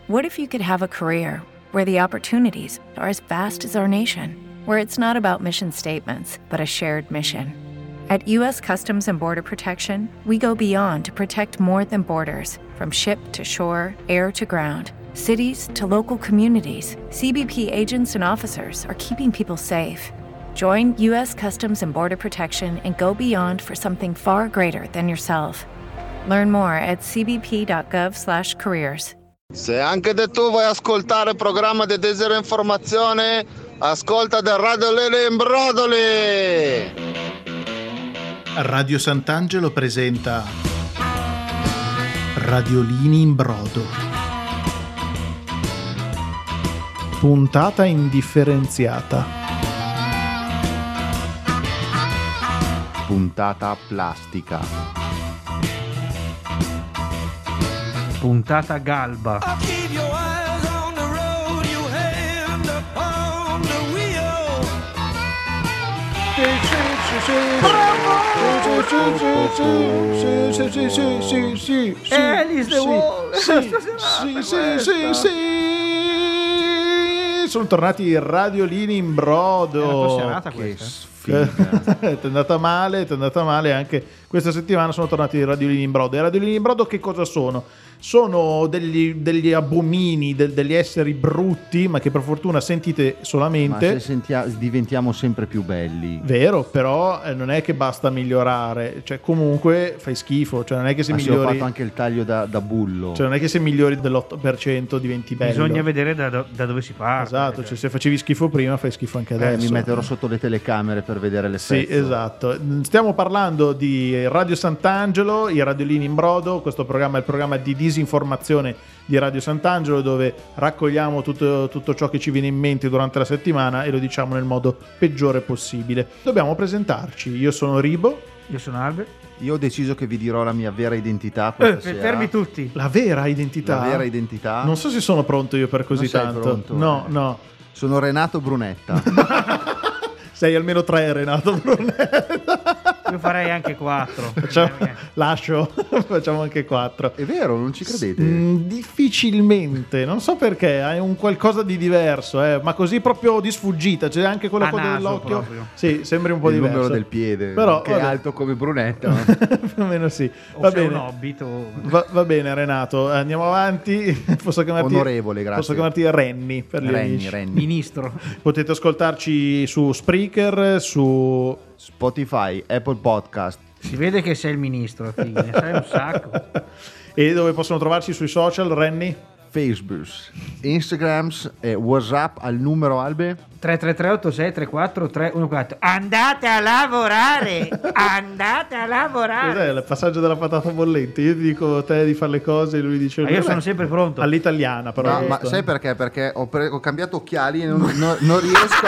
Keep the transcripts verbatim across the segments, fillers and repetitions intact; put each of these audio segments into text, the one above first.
What if you could have a career where the opportunities are as vast as our nation, where it's not about mission statements, but a shared mission? At U S Customs and Border Protection, we go beyond to protect more than borders. From ship to shore, air to ground, cities to local communities, C B P agents and officers are keeping people safe. Join U S Customs and Border Protection and go beyond for something far greater than yourself. Learn more at c b p dot gov slash careers. Se anche te tu vuoi ascoltare il programma di disinformazione, ascolta del Radio Lini in Brodoli! Radio Sant'Angelo presenta Radiolini in Brodo. Puntata indifferenziata. Puntata plastica. Puntata galba. Alice the Wall. Sì, sì, sì, sì. Sono tornati i Radiolini in Brodo. Che sfiga. È andata male, è andata male anche questa settimana. Sono tornati i Radiolini in Brodo. E i Radiolini in Brodo che cosa sono? Sono degli, degli abomini, del, degli esseri brutti, ma che per fortuna sentite solamente. Ma se sentia, diventiamo sempre più belli. Vero, però eh, non è che basta migliorare, cioè comunque fai schifo, cioè non è che se ma migliori. Se ho fatto anche il taglio da, da bullo. Cioè non è che se migliori dell'otto per cento diventi bello. Bisogna vedere da, da dove si parte. Esatto, cioè se facevi schifo prima fai schifo anche adesso. Eh, mi metterò sotto le telecamere per vedere l'effetto. Sì, esatto. Stiamo parlando di Radio Sant'Angelo, i Radiolini in Brodo. Questo programma è il programma di disinformazione di Radio Sant'Angelo, dove raccogliamo tutto, tutto ciò che ci viene in mente durante la settimana e lo diciamo nel modo peggiore possibile. Dobbiamo presentarci. Io sono Ribo. Io sono Albe. Io ho deciso che vi dirò la mia vera identità questa eh, sera. Fermi tutti. La vera identità? La vera identità. Non so se sono pronto io per così non tanto. Sei pronto, no, eh. no. Sono Renato Brunetta. Sei almeno tre, Renato Brunetta. Io farei anche quattro. Facciamo, lascio, facciamo anche quattro. È vero, non ci credete? Mm, difficilmente, non so perché, hai un qualcosa di diverso, eh, ma così proprio di sfuggita, c'è anche quella coda dell'occhio. Proprio. Sì, sembri un po' il diverso. Il numero del piede, però, che vabbè. È alto come Brunetta. Più o meno sì. O va sei bene. un hobbit o... va, va bene Renato, andiamo avanti. Posso chiamarti Onorevole, grazie. Posso chiamarti Renny per gli Renny, amici. Renny. Ministro. Potete ascoltarci su Spreaker, su Spotify, Apple Podcast. Si vede che sei il ministro, figlio, ne sai un sacco. E dove possono trovarci sui social, Renny? Facebook, Instagrams e WhatsApp al numero Albe tre tre tre otto sei tre quattro tre uno quattro. Andate a lavorare! Andate a lavorare! Cos'è il passaggio della patata bollente? Io ti dico te di fare le cose e lui dice ma io sono sempre pronto. All'italiana però. No, ma sai perché? Perché ho, pre- ho cambiato occhiali e non, non, non riesco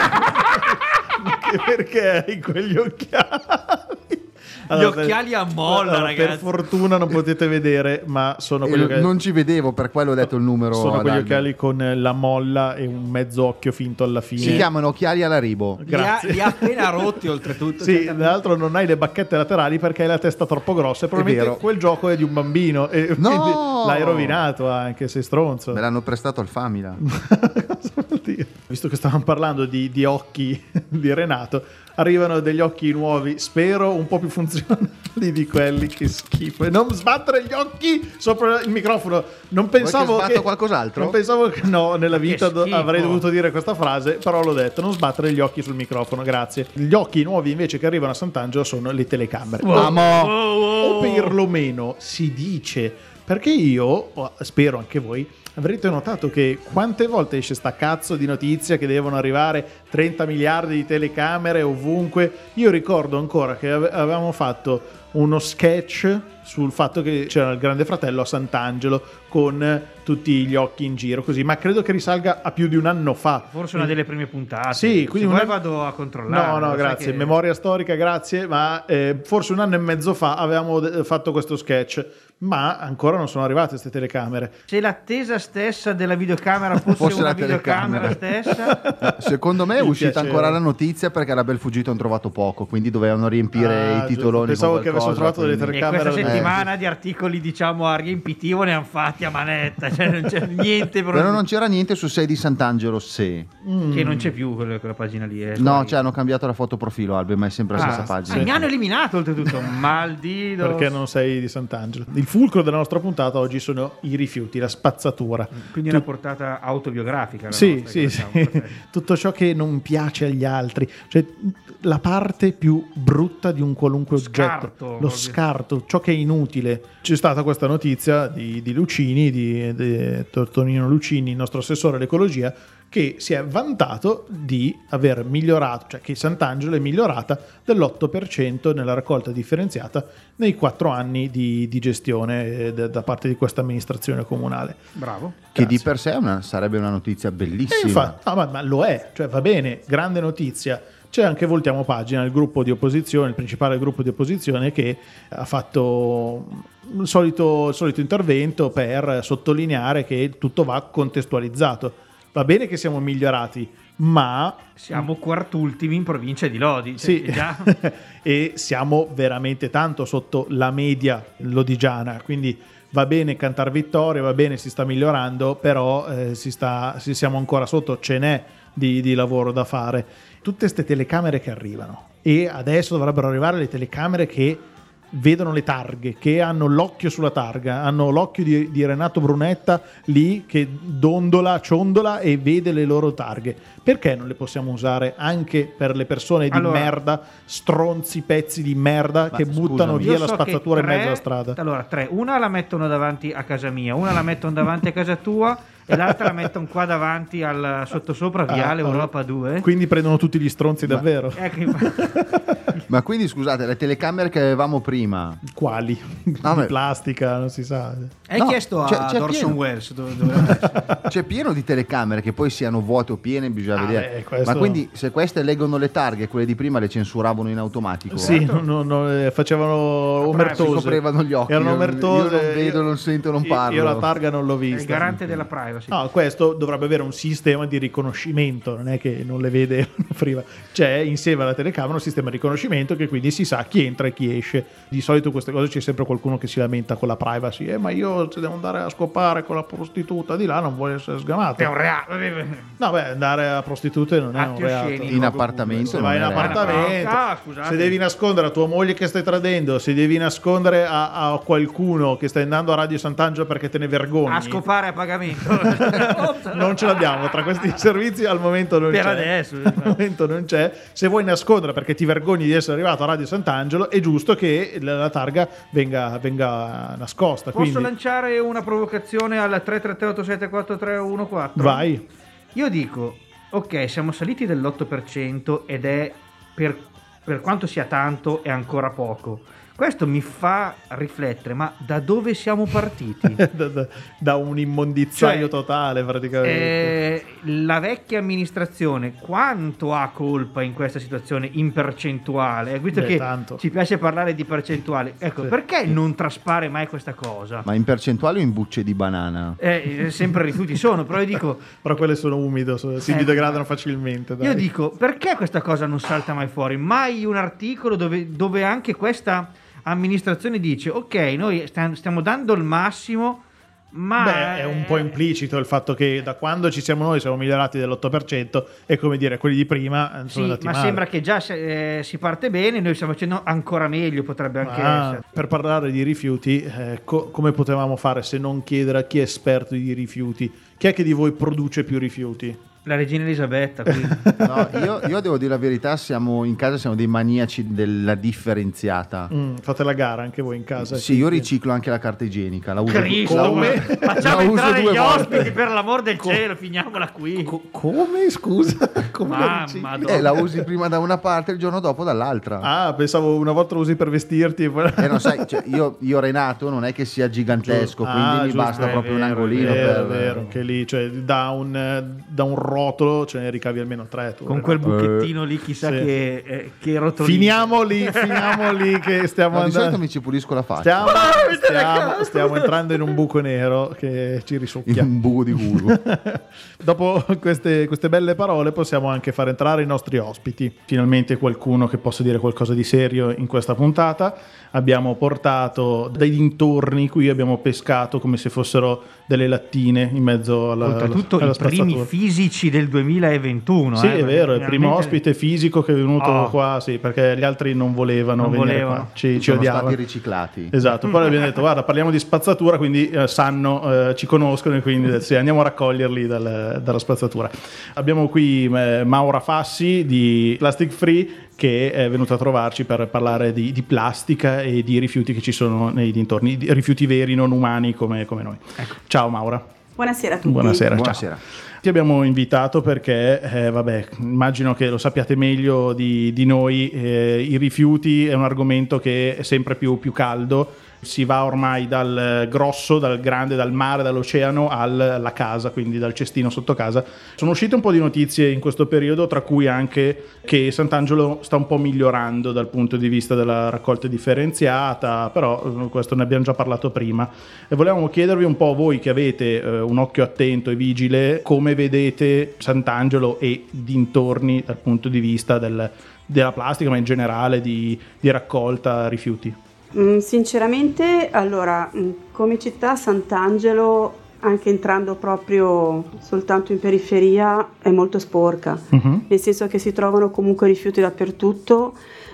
a... perché hai quegli occhiali? Allora, gli occhiali a molla, allora, ragazzi. Per fortuna non potete vedere, ma sono quegli occhiali. Non ci vedevo, per quello ho detto il numero. Sono quegli occhiali con la molla e un mezzo occhio finto alla fine. Si chiamano occhiali alla Ribo. Grazie. Li ha, li ha appena rotti, oltretutto. Sì, tra l'altro non hai le bacchette laterali perché hai la testa troppo grossa. E probabilmente quel gioco è di un bambino. E no! L'hai rovinato anche, sei stronzo. Me l'hanno prestato al Famila. Cosa vuol dire? Visto che stavamo parlando di, di occhi di Renato, arrivano degli occhi nuovi, spero un po' più funzionali di quelli. Che schifo. E non sbattere gli occhi sopra il microfono. Non pensavo Vuoi che sbatto qualcos'altro? Non pensavo che no, nella vita do, schifo. avrei dovuto dire questa frase, però l'ho detto, non sbattere gli occhi sul microfono, grazie. Gli occhi nuovi invece che arrivano a Sant'Angelo sono le telecamere. Wow. O, Wow. o perlomeno si dice, perché io, spero anche voi, avrete notato che quante volte esce sta cazzo di notizia che devono arrivare trenta miliardi di telecamere ovunque. Io ricordo ancora che avevamo fatto uno sketch sul fatto che c'era il Grande Fratello a Sant'Angelo con tutti gli occhi in giro così, ma credo che risalga a più di un anno fa. Forse una delle prime puntate. Sì, quindi se una... poi vado a controllare. No, no, grazie, che... memoria storica, grazie, ma eh, forse un anno e mezzo fa avevamo fatto questo sketch ma ancora non sono arrivate queste telecamere. Se l'attesa stessa della videocamera fosse, Fosse una la videocamera stessa, Secondo me è Mi uscita piaceva. ancora la notizia perché alla Belfugito hanno trovato poco, quindi dovevano riempire Ah, i giusto. titoloni. Pensavo con che avessero qualcosa, trovato delle quindi- e telecamere. questa Eh, settimana di articoli diciamo a riempitivo ne hanno fatti a manetta, cioè non c'è niente proprio. Però non c'era niente su sei di Sant'Angelo, se. Che non c'è più quella, quella pagina lì. È No, sparita. cioè hanno cambiato la foto profilo, Albe, ma è sempre la Ah, stessa sì. pagina. Ah, mi hanno eliminato oltretutto. Maldido. Perché non sei di Sant'Angelo. Il fulcro della nostra puntata oggi sono i rifiuti, la spazzatura. Quindi una portata autobiografica. la Sì, nostra, sì, che sì. facciamo, perfetto. Tutto ciò che non piace agli altri, cioè la parte più brutta di un qualunque Scarto, oggetto, lo proprio. scarto, ciò che è inutile. C'è stata questa notizia di, di Lucini, di, di Tonino Lucini, il nostro assessore all'ecologia, che si è vantato di aver migliorato, cioè che Sant'Angelo è migliorata dell'otto per cento nella raccolta differenziata nei quattro anni di, di gestione eh, da, da parte di questa amministrazione comunale. Bravo. Che di Grazie. per sé è una- sarebbe una notizia E bellissima. infatti, no, ma, ma lo è, cioè va bene, grande notizia. C'è anche Voltiamo Pagina, il gruppo di opposizione, il principale gruppo di opposizione che ha fatto il solito, il solito intervento per sottolineare che tutto va contestualizzato. Va bene che siamo migliorati, ma Siamo quartultimi in provincia di Lodi. cioè, sì, che già... e siamo veramente tanto sotto la media lodigiana, quindi va bene cantare vittorie, va bene, si sta migliorando, però eh, si sta, si siamo ancora sotto, ce n'è di, di lavoro da fare. Tutte queste telecamere che arrivano, e adesso dovrebbero arrivare le telecamere che vedono le targhe, che hanno l'occhio sulla targa, hanno l'occhio di, di Renato Brunetta lì che dondola, ciondola e vede le loro targhe. Perché non le possiamo usare anche per le persone di Allora- merda, stronzi pezzi di merda Ma che buttano scusami. via Io la so che spazzatura in tre- mezzo alla strada? Allora, tre. Una la mettono davanti a casa mia, una la mettono davanti a casa tua e l'altra la mettono qua davanti al sottosopra Viale Ah, Europa due. Quindi prendono tutti gli stronzi davvero? Ecco, infatti- Ma quindi scusate, le telecamere che avevamo prima, Quali? Ah, Di beh. plastica, non si sa. Hai No, chiesto c'è- a c'è Orson pieno. Welles dove dovrebbe essere. c'è pieno di telecamere che poi siano vuote o piene, bisogna Ah, vedere. beh, questo- Ma quindi se queste leggono le targhe, quelle di prima le censuravano in automatico? Sì, non, non- non- eh, facevano omertose. Si coprivano gli occhi. Erano Io- omertose. io non vedo, non sento, non io- parlo. Io la targa non l'ho È il vista. garante della privacy. No, questo dovrebbe avere un sistema di riconoscimento, non è che non le vede prima. C'è insieme alla telecamera un sistema di riconoscimento che quindi si sa chi entra e chi esce. Di solito queste cose c'è sempre qualcuno che si lamenta con la privacy. Eh, ma io se devo andare a scopare con la prostituta di là non voglio essere sgamato. È un reato. No, beh, andare a prostitute non è Atti un reato. osceni. In appartamento Se non vai in è reato. appartamento, Ah, scusate. se devi nascondere a tua moglie che stai tradendo, se devi nascondere a, a qualcuno che stai andando a Radio Sant'Angelo perché te ne vergogni, A scopare a pagamento. non ce l'abbiamo tra questi servizi al momento non Per c'è. adesso. Al momento non c'è. Se vuoi nascondere perché ti vergogni di essere arrivato a Radio Sant'Angelo, è giusto che la, la targa venga, venga nascosta. Posso Quindi lanciare una provocazione al tre tre tre otto sette quattro tre uno quattro? vai. Io dico, ok, siamo saliti dell'otto per cento ed è, per, per quanto sia tanto, è ancora poco. Questo mi fa riflettere, ma da dove siamo partiti? da, da- da un immondizzaio Cioè, totale praticamente. Eh, la vecchia amministrazione quanto ha colpa in questa situazione in percentuale? Eh, Visto Beh, che tanto. ci piace parlare di percentuali, ecco, Sì. perché non traspare mai questa cosa? Ma in percentuale o in bucce di banana? Eh, eh, sempre rifiuti sono, però io dico, Però quelle sono umido, so- si Eh, biodegradano facilmente. Dai. io dico, perché questa cosa non salta mai fuori? Mai un articolo dove, dove anche questa amministrazione dice, ok, noi sta- stiamo dando il massimo, ma... Beh, è un po' implicito il fatto che da quando ci siamo noi siamo migliorati dell'otto per cento, è come dire, quelli di prima eh, sono Sì, andati ma male. sembra che già se- eh, si parte bene, noi stiamo facendo ancora meglio, potrebbe anche Ah, essere. per parlare di rifiuti, eh, co- come potevamo fare se non chiedere a chi è esperto di rifiuti? Chi è che di voi produce più rifiuti? La regina Elisabetta qui. No, io, io devo dire la verità, siamo in casa siamo dei maniaci della differenziata. Mm, fate la gara anche voi in casa? Sì, io riciclo anche la carta igienica. La uso, Cristo, la, come? Facciamo la uso entrare due gli volte. ospiti per l'amor del cielo, finiamola qui. Co- come? Scusa? Come la Mamma ricicli? Madonna. Eh, la usi prima da una parte e il giorno dopo dall'altra. Ah, pensavo una volta lo usi per vestirti e poi... E non sai, cioè, io, io Renato non è che sia gigantesco, Ah, quindi mi giusto, basta è proprio un vero, angolino Vero, per... vero, che lì, cioè, da un, da un rotolo ce ne ricavi almeno tre. Tu, con quel Renato. buchettino lì chissà Sì. che, eh, che rotolino. Finiamo lì, finiamo lì che stiamo No, di solito andando. mi ci pulisco la faccia. Stiamo, Ah, stiamo, stiamo entrando in un buco nero che ci In risucchia. un buco di culo. Dopo queste, queste belle parole possiamo anche far entrare i nostri ospiti. Finalmente qualcuno che possa dire qualcosa di serio in questa puntata. Abbiamo portato dai dintorni, qui abbiamo pescato come se fossero delle lattine in mezzo alla, Oltretutto alla i primi spazzatura. fisici del duemilaventuno. Sì, eh, è vero, è il veramente- primo ospite fisico che è venuto Oh. qua, sì, perché gli altri non volevano Non venire volevano. qua, ci, ci Sono odiavano. stati riciclati. Esatto, poi abbiamo detto guarda parliamo di spazzatura, quindi eh, sanno, eh, ci conoscono e quindi sì, andiamo a raccoglierli dal- dalla spazzatura. Abbiamo qui eh, Maura Fassi di Plastic Free che è venuta a trovarci per parlare di, di plastica e di rifiuti che ci sono nei dintorni, di rifiuti veri non umani come, come noi. Ciao Maura. Buonasera a tutti. Buonasera. ciao. Buonasera. Ti abbiamo invitato perché, eh, vabbè, immagino che lo sappiate meglio di, di noi, eh, i rifiuti è un argomento che è sempre più, più caldo, si va ormai dal grosso, dal grande, dal mare, dall'oceano alla casa, quindi dal cestino sotto casa. Sono uscite un po' di notizie in questo periodo, tra cui anche che Sant'Angelo sta un po' migliorando dal punto di vista della raccolta differenziata, però eh, questo ne abbiamo già parlato prima. E volevamo chiedervi un po' voi che avete eh, un occhio attento e vigile, come vedete Sant'Angelo e dintorni dal punto di vista del, della plastica, ma in generale di, di raccolta rifiuti. Mm, sinceramente, allora, mm, come città Sant'Angelo, anche entrando proprio soltanto in periferia, è molto sporca, Mhm. nel senso che si trovano comunque rifiuti dappertutto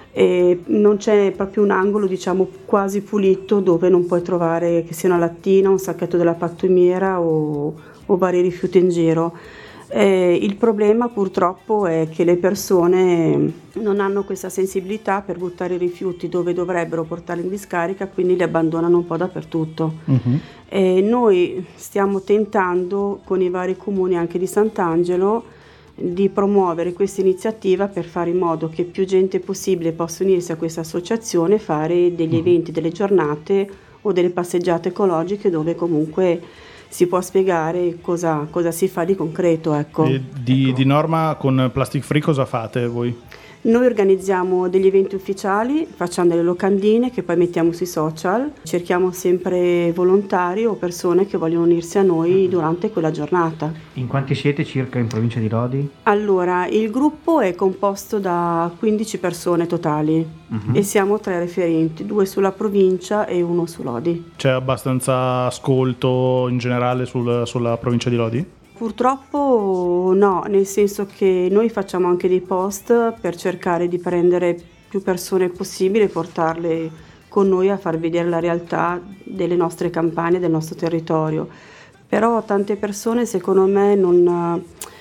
e non c'è proprio un angolo, diciamo, quasi pulito dove non puoi trovare che sia una lattina, un sacchetto della pattumiera o, o vari rifiuti in giro. Eh, il problema purtroppo è che le persone non hanno questa sensibilità per buttare i rifiuti dove dovrebbero portarli in discarica, quindi li abbandonano un po' dappertutto. Mhm. E noi stiamo tentando con i vari comuni anche di Sant'Angelo di promuovere questa iniziativa per fare in modo che più gente possibile possa unirsi a questa associazione e fare degli eventi, delle giornate o delle passeggiate ecologiche dove comunque si può spiegare cosa, cosa si fa di concreto. Ecco. E di, di norma con Plastic Free cosa fate voi? Noi organizziamo degli eventi ufficiali, facciamo delle locandine che poi mettiamo sui social, cerchiamo sempre volontari o persone che vogliono unirsi a noi durante quella giornata. In quanti siete circa in provincia di Lodi? Allora, il gruppo è composto da quindici persone totali e siamo tre referenti, due sulla provincia e uno su Lodi. C'è abbastanza ascolto in generale sul- sulla provincia di Lodi? Purtroppo no, nel senso che noi facciamo anche dei post per cercare di prendere più persone possibile e portarle con noi a far vedere la realtà delle nostre campagne, del nostro territorio. Però tante persone secondo me non,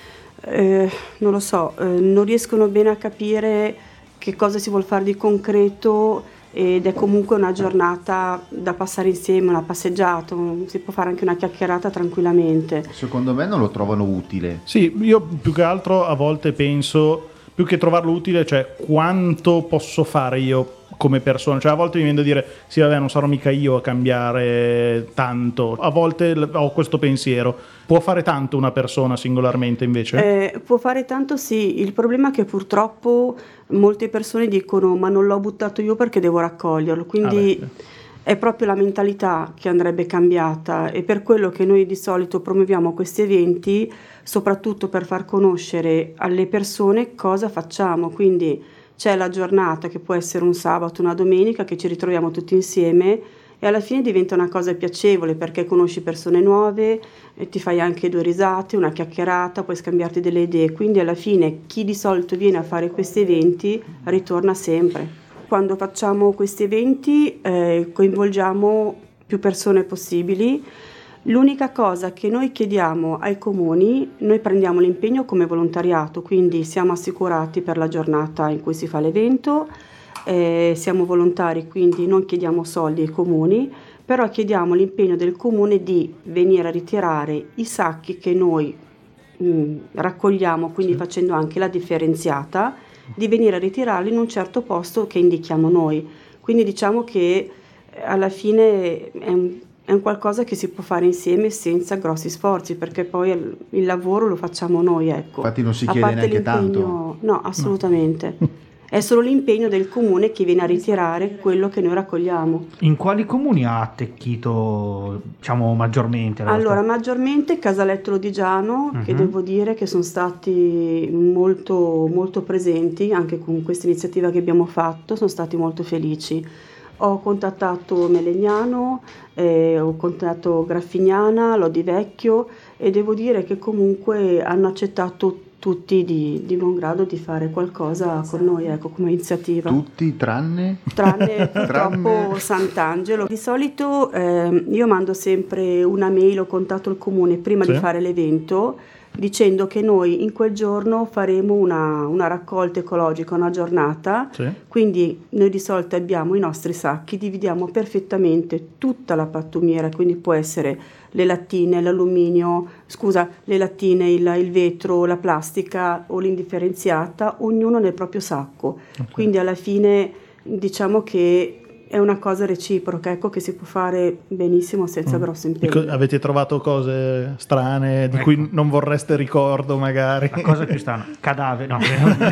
eh, non lo so, eh, non riescono bene a capire che cosa si vuol fare di concreto ed è comunque una giornata da passare insieme, una passeggiata, si può fare anche una chiacchierata tranquillamente. Secondo me non lo trovano utile. Sì, io più che altro a volte penso, più che trovarlo utile, cioè quanto posso fare io come persona, cioè a volte mi viene da dire sì vabbè non sarò mica io a cambiare tanto, a volte l- ho questo pensiero, può fare tanto una persona singolarmente invece? Eh, può fare tanto sì, il problema è che purtroppo molte persone dicono ma non l'ho buttato io perché devo raccoglierlo, quindi Ah, beh, è proprio la mentalità che andrebbe cambiata e per quello che noi di solito promuoviamo questi eventi, soprattutto per far conoscere alle persone cosa facciamo, quindi c'è la giornata che può essere un sabato, una domenica che ci ritroviamo tutti insieme e alla fine diventa una cosa piacevole perché conosci persone nuove e ti fai anche due risate, una chiacchierata, puoi scambiarti delle idee, quindi alla fine chi di solito viene a fare questi eventi ritorna sempre. Quando facciamo questi eventi eh, coinvolgiamo più persone possibili. L'unica cosa che noi chiediamo ai comuni, noi prendiamo l'impegno come volontariato, quindi siamo assicurati per la giornata in cui si fa l'evento, eh, siamo volontari, quindi non chiediamo soldi ai comuni, però chiediamo l'impegno del comune di venire a ritirare i sacchi che noi mh, raccogliamo, quindi Sì. facendo anche la differenziata, di venire a ritirarli in un certo posto che indichiamo noi. Quindi diciamo che alla fine è un è un qualcosa che si può fare insieme senza grossi sforzi, perché poi il, il lavoro lo facciamo noi, ecco. Infatti non si A chiede parte neanche l'impegno- tanto. No, assolutamente. È solo l'impegno del comune che viene a ritirare quello che noi raccogliamo. In quali comuni ha attecchito, diciamo, maggiormente? la Allora, vostra- maggiormente Casaletto Lodigiano, che Mhm. devo dire che sono stati molto, molto presenti anche con questa iniziativa che abbiamo fatto, sono stati molto felici. Ho contattato Melegnano, eh, ho contattato Graffignana, Lodi Vecchio, e devo dire che comunque hanno accettato tutti di, di buon grado di fare qualcosa con noi, ecco, come iniziativa. Tutti tranne? Tranne purtroppo Tranne- Sant'Angelo. Di solito ehm, io mando sempre una mail, ho contatto il comune prima Sì. di fare l'evento, dicendo che noi in quel giorno faremo una, una raccolta ecologica, una giornata. Sì. Quindi noi di solito abbiamo i nostri sacchi, dividiamo perfettamente tutta la pattumiera, quindi può essere le lattine, l'alluminio, scusa, le lattine, il, il vetro, la plastica o l'indifferenziata, ognuno nel proprio sacco. Quindi alla fine diciamo che è una cosa reciproca, ecco, che si può fare benissimo senza grosso E co- impegno. avete trovato cose strane di Ecco. cui non vorreste ricordo magari? La cosa più strana, cadavere, no.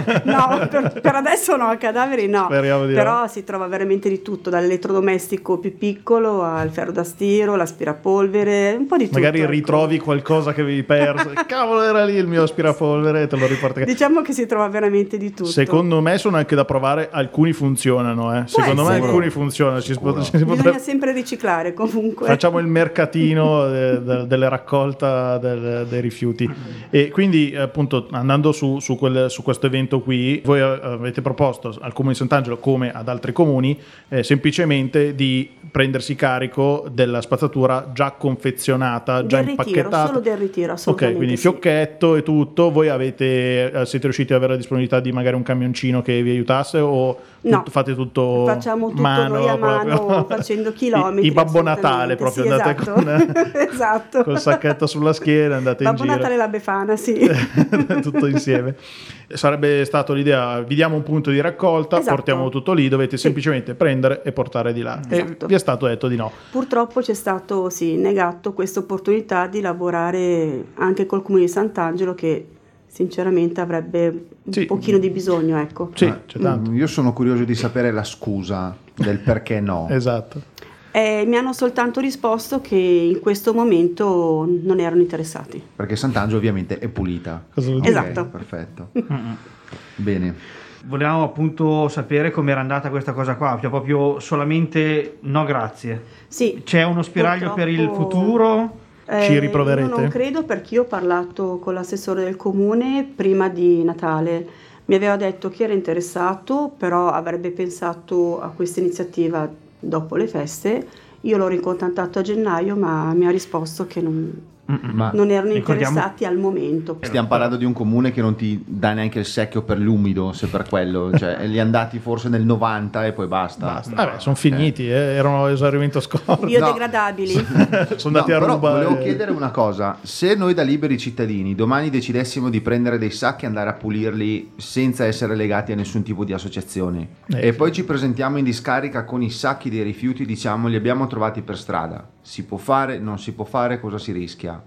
No, per, per adesso no, cadaveri no. Speriamo di Però no. si trova veramente di tutto, dall'elettrodomestico più piccolo al ferro da stiro, l'aspirapolvere, un po' di tutto. Magari ecco. ritrovi qualcosa che avevi perso. Cavolo, era lì il mio aspirapolvere e te lo riporti. Diciamo che si trova veramente di tutto. Secondo me sono anche da provare, alcuni funzionano, eh. Secondo me essere. alcuni funzionano, ci, Sicuro. si potrebbe- Bisogna sempre riciclare comunque. Facciamo il mercatino de- de- delle raccolta del- dei rifiuti. E quindi appunto andando su, su, quel- su questo evento qui, voi eh, avete proposto al comune di Sant'Angelo, come ad altri comuni, eh, semplicemente di prendersi carico della spazzatura già confezionata, già Del ritiro, impacchettata. solo del ritiro, Ok, assolutamente. quindi sì. fiocchetto e tutto. Voi avete eh, siete riusciti ad avere la disponibilità di magari un camioncino che vi aiutasse o No. tutto- fate tutto Facciamo tutto mano, noi a mano, proprio? facendo chilometri. I, i Babbo Natale assolutamente. proprio, Sì, andate esatto. con Esatto. col sacchetto sulla schiena, andate Babbo in giro. Natale e la Befana, sì. Tutto insieme. Sarebbe stato l'idea, vi diamo un punto di raccolta, Esatto. portiamo tutto lì, dovete Sì. semplicemente prendere e portare di là. Esatto. E vi è stato detto di no. Purtroppo c'è stato sì, negato questa opportunità di lavorare anche col comune di Sant'Angelo, che sinceramente avrebbe un Sì. pochino di bisogno, ecco. Sì, Ma, c'è tanto. mm, Io sono curioso di sapere la scusa del perché no. Esatto. Eh, mi hanno soltanto risposto che in questo momento non erano interessati. Perché Sant'Angelo ovviamente è pulita. Cosa vuol Ok, dire? Esatto. Perfetto. Mm-mm. Bene. Volevamo appunto sapere com'era andata questa cosa qua, cioè proprio solamente no grazie. Sì, C'è uno spiraglio per il Purtroppo- futuro? Ci Eh, riproverete? Io non credo, perché io ho parlato con l'assessore del comune prima di Natale. Mi aveva detto che era interessato, però avrebbe pensato a questa iniziativa dopo le feste. Io l'ho ricontattato a gennaio, ma mi ha risposto che non, Ma non erano ricordiamo- interessati al momento. stiamo parlando di un comune che non ti dà neanche il secchio per l'umido, se per quello. Cioè, li è andati forse nel novanta e poi basta. Basta. Vabbè, sono finiti, eh, erano esaurimento scorso. Biodegradabili. Sono andati No, a però rubare. volevo chiedere una cosa: se noi da liberi cittadini domani decidessimo di prendere dei sacchi e andare a pulirli senza essere legati a nessun tipo di associazione Eh, e sì. poi ci presentiamo in discarica con i sacchi dei rifiuti, diciamo li abbiamo trovati per strada, si può fare, non si può fare, cosa si rischia?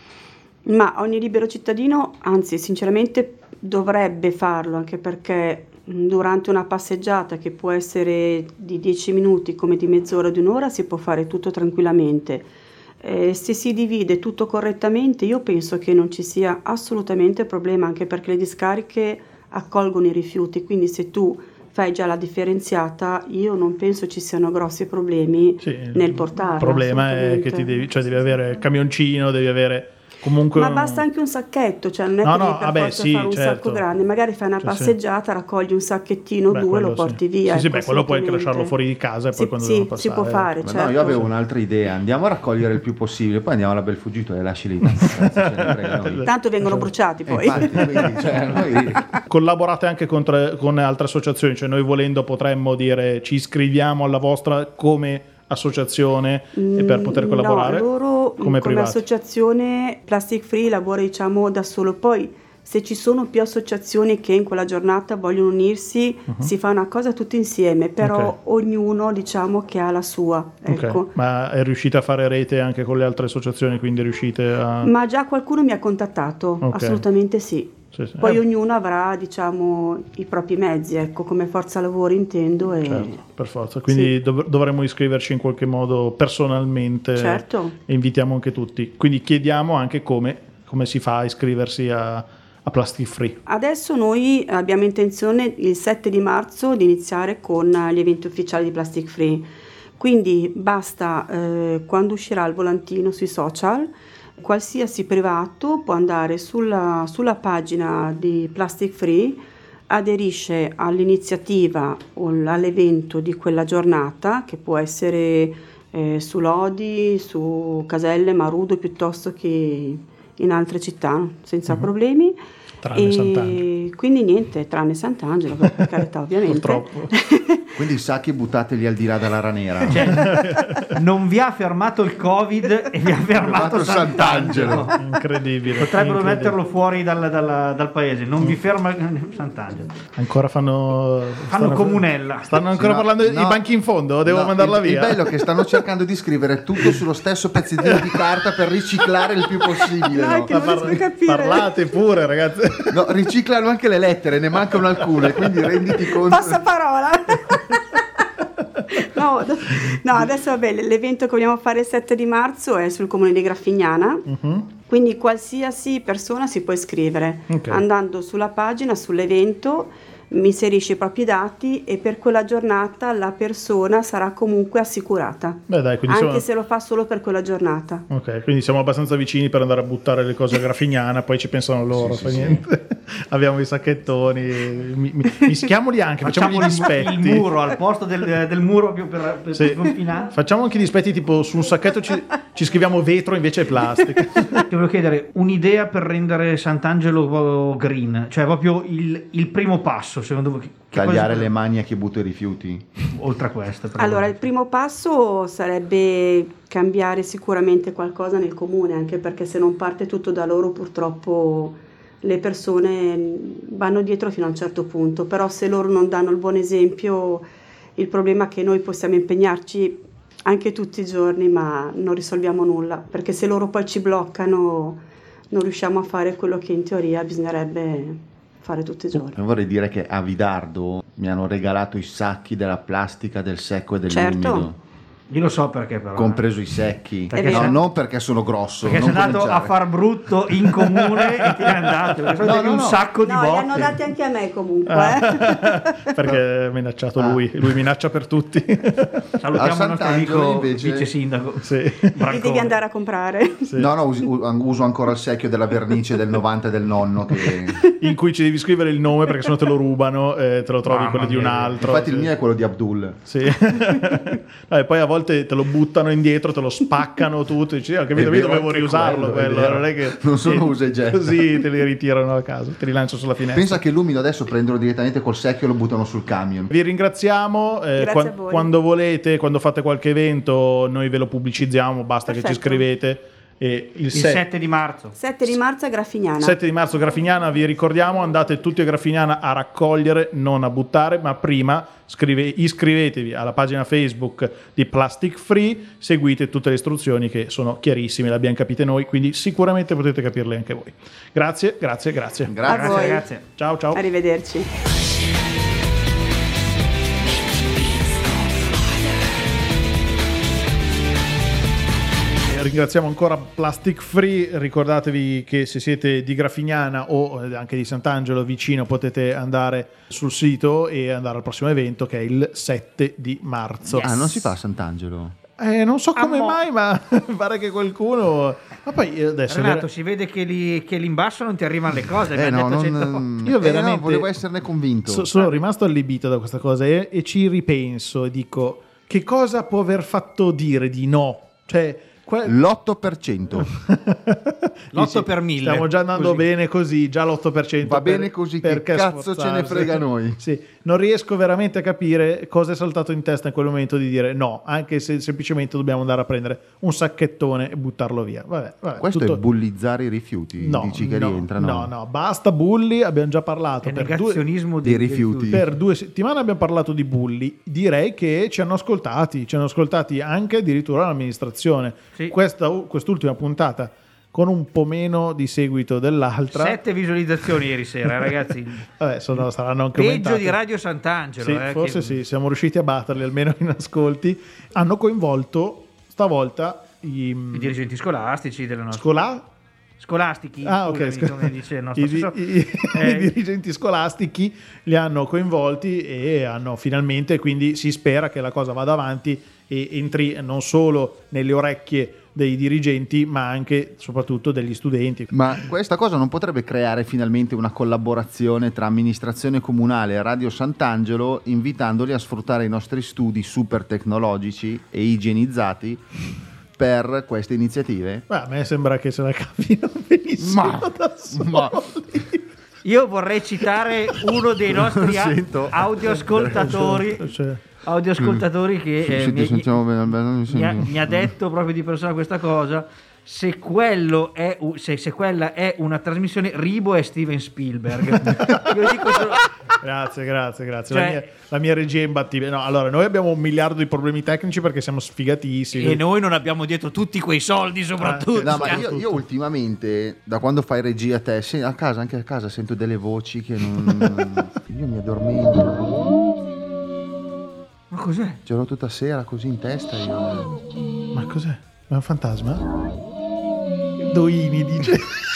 Ma ogni libero cittadino, anzi sinceramente dovrebbe farlo, anche perché mh, durante una passeggiata che può essere di dieci minuti come di mezz'ora o di un'ora si può fare tutto tranquillamente. Eh, se si divide tutto correttamente, io penso che non ci sia assolutamente problema, anche perché le discariche accolgono i rifiuti, quindi se tu fai già la differenziata, io non penso ci siano grossi problemi Sì, nel portarla. il problema è che ti devi, cioè devi avere il camioncino, devi avere comunque Ma un- basta anche un sacchetto, cioè non è No, che no, devi per vabbè, forza sì, fare un certo. sacco grande, magari fai una Sì, sì. passeggiata, raccogli un sacchettino, Beh, due, quello lo porti sì. via. Sì, sì, ecco, beh, quello puoi anche assolutamente. lasciarlo fuori di casa e poi Sì, quando sì, devono passare. si può fare, Ma certo. no, io avevo un'altra idea: andiamo a raccogliere il più possibile, poi andiamo alla Belfugito e lasci lì. Tanto cazzo ce ne frega noi. Tanto vengono bruciati Eh, poi. infatti, quindi, cioè, noi- Collaborate anche con, tre- con altre associazioni, cioè noi volendo potremmo dire ci iscriviamo alla vostra come associazione e per poter Mm, collaborare no, loro come come, privati. associazione Plastic Free lavora diciamo da solo, poi se ci sono più associazioni che in quella giornata vogliono unirsi, uh-huh. si fa una cosa tutti insieme, però okay. ognuno diciamo che ha la sua. Ecco. Okay. Ma è riuscita a fare rete anche con le altre associazioni, quindi riuscite a... Ma già qualcuno mi ha contattato, okay. assolutamente sì. Sì, sì. Poi eh. ognuno avrà diciamo i propri mezzi, ecco, come forza lavoro intendo. E... Certo, per forza. Quindi sì. dov- dovremmo iscriverci in qualche modo personalmente. Certo. E invitiamo anche tutti. Quindi chiediamo anche come, come si fa a iscriversi a, a Plastic Free. Adesso noi abbiamo intenzione il sette di marzo di iniziare con gli eventi ufficiali di Plastic Free. Quindi basta eh, quando uscirà il volantino sui social, qualsiasi privato può andare sulla, sulla pagina di Plastic Free, aderisce all'iniziativa o all'evento di quella giornata, che può essere eh, su Lodi, su Caselle, Marudo, piuttosto che in altre città, senza uh-huh. problemi. Tranne e Sant'Angelo. Quindi niente, tranne Sant'Angelo, per carità ovviamente. Purtroppo. Quindi i sacchi buttateli al di là della ranera. Cioè, non vi ha fermato il Covid e vi ha fermato Sant'Angelo. Incredibile. Potrebbero incredibile. metterlo fuori dal, dal, dal paese. Non vi ferma Sant'Angelo. Ancora fanno... Fanno stanno, comunella. Stanno ancora no, parlando no, i banchi in fondo? Devo no, mandarla il, via? Il bello è che stanno cercando di scrivere tutto sullo stesso pezzettino di carta per riciclare il più possibile. No, No? che non Par- riesco a capire. Parlate pure, ragazzi. No, riciclano anche le lettere, ne mancano alcune, quindi renditi conto. Passaparola. No, no, adesso vabbè, l'evento che vogliamo fare il sette di marzo è sul comune di Graffignana, uh-huh. quindi qualsiasi persona si può iscrivere, okay. andando sulla pagina, sull'evento, mi inserisce i propri dati e per quella giornata la persona sarà comunque assicurata. Beh, dai, quindi anche siamo... se lo fa solo per quella giornata. Ok, quindi siamo abbastanza vicini per andare a buttare le cose a Graffignana, poi ci pensano loro, sì, fa sì, niente. Sì. Abbiamo i sacchettoni, mi, mi, mischiamoli anche, facciamo gli dispetti. Il muro al posto del, del muro più per, per sì. confinare. Facciamo anche i dispetti tipo su un sacchetto ci, ci scriviamo vetro invece è plastica. Ti volevo chiedere un'idea per rendere Sant'Angelo green, cioè proprio il, il primo passo secondo voi. Che Tagliare cosa... le mani a chi butta i rifiuti. Oltre a questo. Però. Allora, il primo passo sarebbe cambiare sicuramente qualcosa nel comune, anche perché se non parte tutto da loro purtroppo le persone vanno dietro fino a un certo punto, però se loro non danno il buon esempio, il problema è che noi possiamo impegnarci anche tutti i giorni ma non risolviamo nulla, perché se loro poi ci bloccano non riusciamo a fare quello che in teoria bisognerebbe fare tutti i giorni. Non vorrei dire che a Vidardo mi hanno regalato i sacchi della plastica, del secco e dell'umido. Certo. Io lo so perché però. Compreso i secchi. Perché no, sei... non perché sono grosso. Perché sei andato cominciare. a far brutto in comune e ti è andato. Perché no, no, no, un no. sacco di no, botte. li hanno dati anche a me comunque. Ah. Perché ha minacciato ah. lui, lui minaccia per tutti. Salutiamo il nostro amico invece... vice sindaco. Sì. Li devi andare a comprare. Sì. No, no, uso, uso ancora il secchio della vernice del novanta del nonno. Che... In cui ci devi scrivere il nome perché sennò te lo rubano, eh, te lo trovi Mamma quello di un mia. altro. Infatti sì. il mio è quello di Abdul. Sì. no, e poi a volte te lo buttano indietro, te lo spaccano tutto, dici, ho capito, io dovevo riusarlo quello, quello. Non è che non sono usa e getta, così te li ritirano a casa, te li lancio sulla finestra. Pensa che l'umido adesso prendono direttamente col secchio e lo buttano sul camion. Vi ringraziamo, eh, Grazie qua- a voi. quando volete, quando fate qualche evento noi ve lo pubblicizziamo, basta Perfetto. che ci scrivete. E il, Il set- sette di marzo. sette di marzo a Graffignana. sette di marzo Graffignana, vi ricordiamo, andate tutti a Graffignana a raccogliere, non a buttare, ma prima scrive, iscrivetevi alla pagina Facebook di Plastic Free, seguite tutte le istruzioni che sono chiarissime, le abbiamo capite noi, quindi sicuramente potete capirle anche voi. Grazie, grazie, grazie. Grazie. A Grazie voi. ragazzi. Ciao, ciao. Arrivederci. Ringraziamo ancora Plastic Free, ricordatevi che se siete di Graffignana o anche di Sant'Angelo vicino potete andare sul sito e andare al prossimo evento che è il sette di marzo. Ah, non si fa a Sant'Angelo? Eh, non so come Ammo. mai, ma pare che qualcuno... Ma poi adesso... Renato, si vede che lì, che lì in basso non ti arrivano le cose. mi Eh hanno no, detto non, cento- Io eh, veramente- no, volevo esserne convinto. So- sono rimasto allibito da questa cosa e, e ci ripenso e dico che cosa può aver fatto dire di no? Cioè, Que- l'otto per cento. L'otto per mille. Stiamo già andando così. bene così, già l'otto per cento. Va per- bene così, che perché cazzo ce ne sforzarsi? frega a noi? Sì, non riesco veramente a capire cosa è saltato in testa in quel momento di dire no, anche se semplicemente dobbiamo andare a prendere un sacchettone e buttarlo via. Vabbè, vabbè, Questo tutto- è bullizzare i rifiuti, No, dici che no, rientrano? no, no, basta bulli, abbiamo già parlato È per due, negazionismo dei dei rifiuti. per due settimane abbiamo parlato di bulli, direi che ci hanno ascoltati, ci hanno ascoltati anche addirittura l'amministrazione. Sì. Questa, quest'ultima puntata con un po' meno di seguito dell'altra. Sette visualizzazioni ieri sera, ragazzi. Vabbè, sono, saranno anche Peggio aumentate. di Radio Sant'Angelo. Sì, eh, forse che- sì, siamo riusciti a batterli almeno in ascolti. Hanno coinvolto stavolta i, I dirigenti scolastici delle nostre... scola- Scolastici, Ah, ok, scusami, come dice il nostro I, di- stesso- i- Eh, i dirigenti scolastici li hanno coinvolti e hanno finalmente, quindi si spera che la cosa vada avanti e entri non solo nelle orecchie dei dirigenti ma anche soprattutto degli studenti. Ma questa cosa non potrebbe creare finalmente una collaborazione tra amministrazione comunale e Radio Sant'Angelo, invitandoli a sfruttare i nostri studi super tecnologici e igienizzati per queste iniziative? Beh, a me sembra che se la cavino benissimo Ma- da soli. ma- Io vorrei citare uno dei nostri a- Sento. audioascoltatori, Cioè, audioascoltatori che eh, Sì, ti mi, sentiamo bene, bene, mi mi ha, senti- mi ha detto proprio di persona questa cosa. Se, quello è, u- se, se quella è una trasmissione, Ribo è Steven Spielberg. Io dico solo- grazie, grazie, grazie. Cioè- la, mia, la mia regia è imbattibile. No, allora, noi abbiamo un miliardo di problemi tecnici perché siamo sfigatissimi. e noi non abbiamo dietto tutti quei soldi, soprattutto. No, ma io, io ultimamente, da quando fai regia te, se- a casa, anche a casa, sento delle voci che non... io mi addormento. Ma cos'è? Ce l'ho tutta sera così in testa io. Ma cos'è? È un fantasma? Doini dice.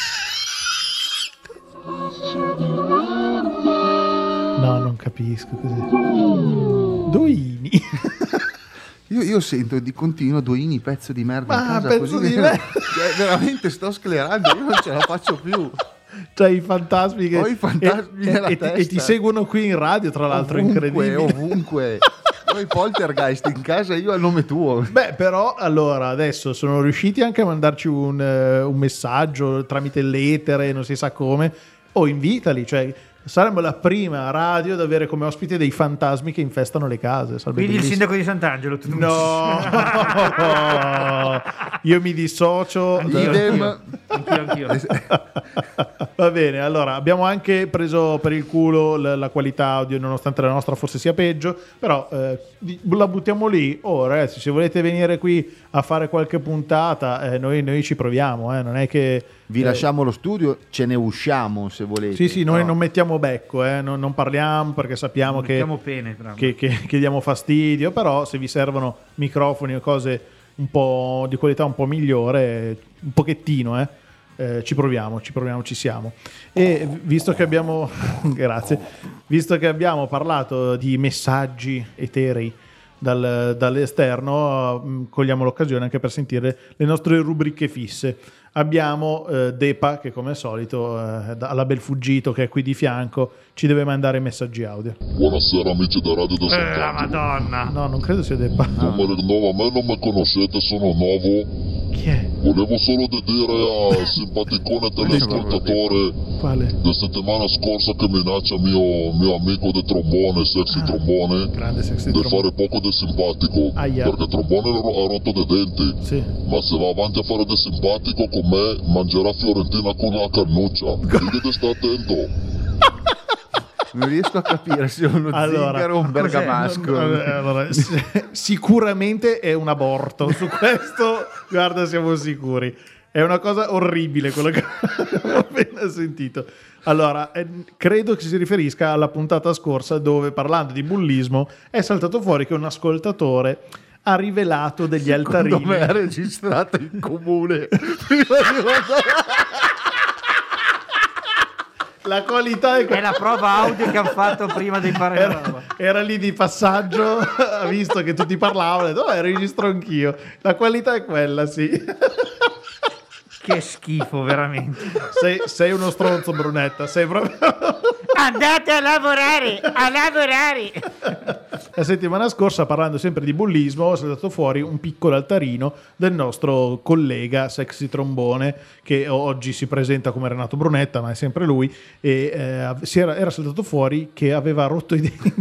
No, non capisco cos'è. Doini. Io, io sento di continuo Doini pezzo di merda Ma, in casa, pezzo così di che- merda. cioè, veramente sto sclerando, io non ce la faccio più. C'hai i fantasmi che Ho i fantasmi e, nella e, e ti, testa. e ti seguono qui in radio, tra l'altro, Ovunque, incredibile. ovunque. Ho i poltergeist in casa, io al nome tuo. Beh, però allora adesso sono riusciti anche a mandarci un, eh, un messaggio tramite l'etere, non si sa come, o invitali, cioè saremmo la prima radio ad avere come ospite dei fantasmi che infestano le case. Sarebbe Quindi il bellissimo. sindaco di Sant'Angelo. tu- No, io mi dissocio. Idem. Anch'io, anch'io. Va bene, allora abbiamo anche preso per il culo la, la qualità audio, nonostante la nostra forse sia peggio, però eh, di- la buttiamo lì. Oh ragazzi, se volete venire qui a fare qualche puntata, eh, noi, noi ci proviamo, eh, non è che... Vi eh, lasciamo lo studio, ce ne usciamo se volete. Sì, sì, noi No. non mettiamo becco, eh, non, non parliamo perché sappiamo che, Mettiamo pene, tra l'altro. che, che, che diamo fastidio, però se vi servono microfoni o cose un po' di qualità un po' migliore, un pochettino, eh, eh, ci proviamo, ci proviamo, ci siamo. E visto che abbiamo, grazie, visto che abbiamo parlato di messaggi eterei dal- dall'esterno, mh, cogliamo l'occasione anche per sentire le nostre rubriche fisse. Abbiamo eh, Depa che come al solito eh, alla Belfuggito che è qui di fianco ci deve mandare messaggi audio. Buonasera amici da Radio da Eh, la Sant'Angelo. Madonna. No, non credo sia Depa. Non mi rinnovo, a me non mi conoscete, sono nuovo. Chi è? Volevo solo di dire al simpaticone telescoltatore Quale? della settimana scorsa che minaccia mio, mio amico di trombone, sexy Ah, trombone, grande sexy di trombone. fare poco di simpatico. Aia. Perché trombone ha ro- ha rotto dei denti. Sì. Ma se va avanti a fare del simpatico con me, mangerà Fiorentina con la cannuccia. Quindi sta attento. Non riesco a capire se è uno Allora, zingaro o un cos'è? bergamasco. Eh, allora, s- sicuramente è un aborto, su questo guarda siamo sicuri. È una cosa orribile quello che abbiamo appena sentito. Allora, eh, credo che si riferisca alla puntata scorsa dove parlando di bullismo è saltato fuori che un ascoltatore ha rivelato degli Secondo altarini. me ha registrato in comune. Prima di La qualità è È la prova audio che hanno fatto prima di fare la era, roba. era lì di passaggio, ha visto che tutti parlavano, ha detto, "Oh, registro anch'io." La qualità è quella, sì. Che schifo, veramente. Sei, sei uno stronzo, Brunetta, sei proprio... Andate a lavorare, a lavorare. La settimana scorsa, parlando sempre di bullismo, è saltato fuori un piccolo altarino del nostro collega Sexy Trombone, che oggi si presenta come Renato Brunetta, ma è sempre lui, e eh, si era, era saltato fuori che aveva rotto i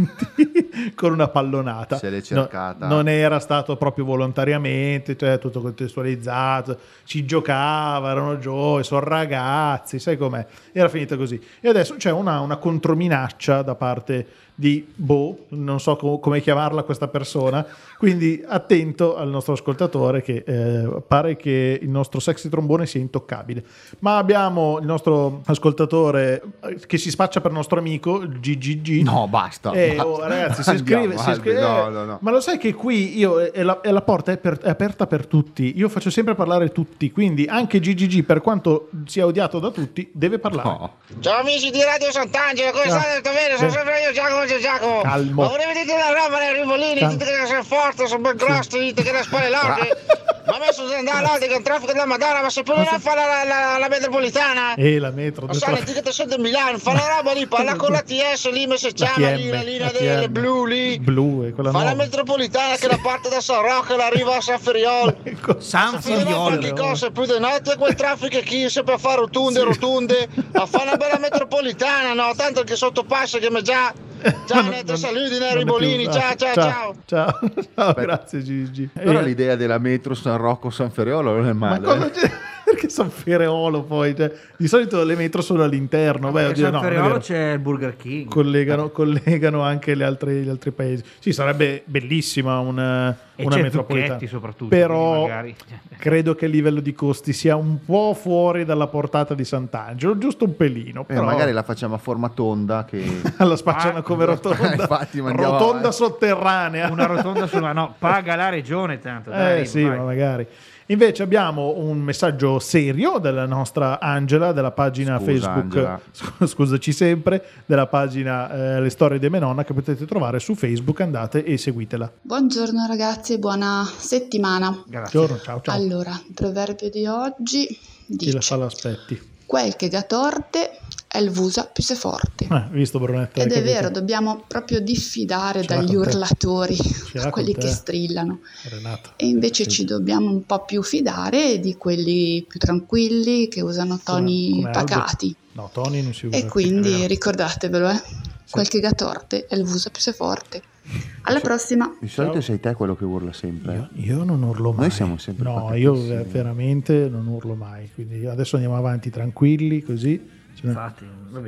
denti con una pallonata. Se l'è cercata. No, non era stato proprio volontariamente, cioè tutto contestualizzato, ci giocava, erano giochi, sono ragazzi, sai com'è? Era finita così. E adesso c'è una, una controminaccia da parte di Bo, non so co- come chiamarla questa persona, quindi attento al nostro ascoltatore, che eh, pare che il nostro Sexy Trombone sia intoccabile. Ma abbiamo il nostro ascoltatore che si spaccia per nostro amico G G G. No, basta, eh, basta. Oh, ragazzi, si Andiamo, scrive, si Albi, scrive no, no, no. Ma lo sai che qui io e la, e la porta è, per, è aperta per tutti, io faccio sempre parlare tutti, quindi anche G G G, per quanto sia odiato da tutti, deve parlare. No. Ciao amici di Radio Sant'Angelo, come Ciao. state? Tutto bene? Sono Bene. sempre io, Giacomo, ciao Giacomo. Calmo. Ma volevo dire una roba nei Rivolini, Calmo. dite che sono forte, sono ben grossi, dite che le spalle larghe. Ma a me sono andato avanti con il traffico della Madonna, ma se poi non fa la, la, la, la metropolitana. E la metro. Ma sai, dite che sei di Milano, fa la roba lì, parla con la T S lì, mi si chiama lì, la linea delle blu lì. Blu, è quella Fa la nuova. metropolitana che la parte da San Rocco e la arriva a San Feriolo. San Se non fa che cosa più di notte quel traffico chi sempre a fare rotonde rotonde a fare una bella metropolitana, no, tanto che sottopassa che mi già già Non- netto non- saluti nei non è Ribolini, più- ciao ah, ciao ciao. Ciao, ciao, grazie Gigi. Però Eh, l'idea della metro San Rocco San Ferriolo non è ma male. cosa eh. c'è? Perché San Fereolo poi? Cioè, di solito le metro sono all'interno. Beh, A oddio, San no, non è Ferriolo vero. c'è il Burger King. Collegano, collegano anche le altre, gli altri paesi. Sì, sarebbe bellissima una, E una c'è metropolitana. Zucchetti soprattutto, Però quindi magari- credo che il livello di costi sia un po' fuori dalla portata di Sant'Angelo, giusto un pelino. Eh, Però magari la facciamo a forma tonda che... la spacciano Ah, come rotonda, infatti, mandiamo rotonda avanti. sotterranea. Una rotonda sulla no, paga la regione tanto. dai, Eh sì, vai. ma magari. Invece abbiamo un messaggio serio della nostra Angela, della pagina Scusa, Facebook, Angela. scusaci sempre, della pagina eh, Le Storie di Menonna, che potete trovare su Facebook, andate e seguitela. Buongiorno ragazzi, buona settimana. Grazie. Buongiorno, ciao ciao. Allora, il proverbio di oggi Chi la fa dice: l'aspetti? quel che ga torte è il vusa più se forte. Eh, visto Brunetta? Ed hai è capito? vero, dobbiamo proprio diffidare Ce l'ha dagli con te. urlatori, Ce l'ha da quelli con che te. strillano. Renata. E invece Sì. ci dobbiamo un po' più fidare di quelli più tranquilli che usano toni come Albi. pacati. No, Tony non si usa. E quindi È vero. ricordatevelo, eh. Quel che ga torte è il vusa più se forte. Alla prossima! Di solito Ciao. sei te quello che urla sempre. Io, io non urlo mai. Noi siamo sempre No, pacatissimi. io eh, veramente non urlo mai. Quindi adesso andiamo avanti tranquilli, così. Ce ne- Infatti, vabbè.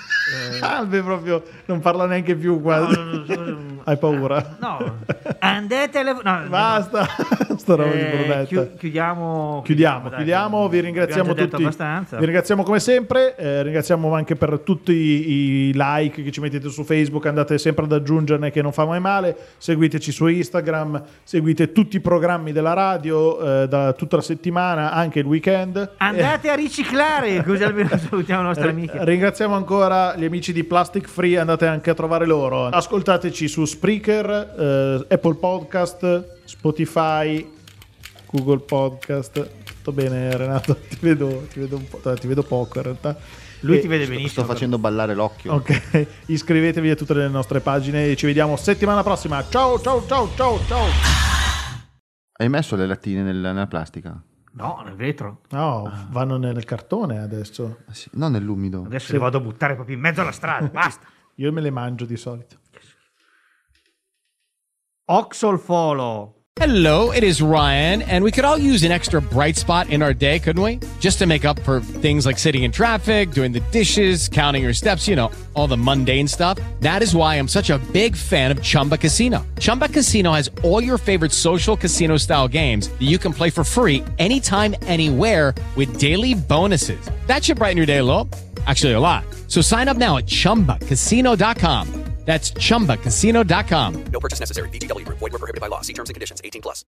Eh, Albe proprio non parla neanche più quasi. no, no, no, no. Hai paura? No, andate alle... no, Basta. Sta roba di Eh, Brunetta. chiu- chiudiamo, Chiudiamo, dai, chiudiamo, vi ringraziamo abbiamo già detto tutti. abbastanza. Vi ringraziamo come sempre, eh, ringraziamo anche per tutti i, i like che ci mettete su Facebook, andate sempre ad aggiungerne che non fa mai male, seguiteci su Instagram, seguite tutti i programmi della radio eh, da tutta la settimana, anche il weekend. Andate a riciclare, così almeno salutiamo i nostri Eh, amici. ringraziamo ancora gli amici di Plastic Free, andate anche a trovare loro. Ascoltateci su Spreaker, eh, Apple Podcast, Spotify, Google Podcast. Tutto bene Renato? Ti vedo, ti vedo, un po', ti vedo poco in realtà. Lui E- ti vede Sto benissimo. facendo ballare l'occhio. Ok, iscrivetevi a tutte le nostre pagine e ci vediamo settimana prossima. Ciao ciao ciao ciao ciao. Hai messo le lattine nel- nella plastica? No, nel vetro. No, vanno nel cartone adesso. Ah, sì. No, nell'umido. Adesso le vado a buttare proprio in mezzo alla strada. Basta. Io me le mangio di solito. Oxolfolo. Hello, it is Ryan, and we could all use an extra bright spot in our day, couldn't we? Just to make up for things like sitting in traffic, doing the dishes, counting your steps, you know, all the mundane stuff. That is why I'm such a big fan of Chumba Casino. Chumba Casino has all your favorite social casino style games that you can play for free anytime, anywhere with daily bonuses. That should brighten your day a little. Actually, a lot. So sign up now at chumba casino dot com. That's chumba casino dot com. No purchase necessary. V G W Group. Void where prohibited by law. See terms and conditions. eighteen plus.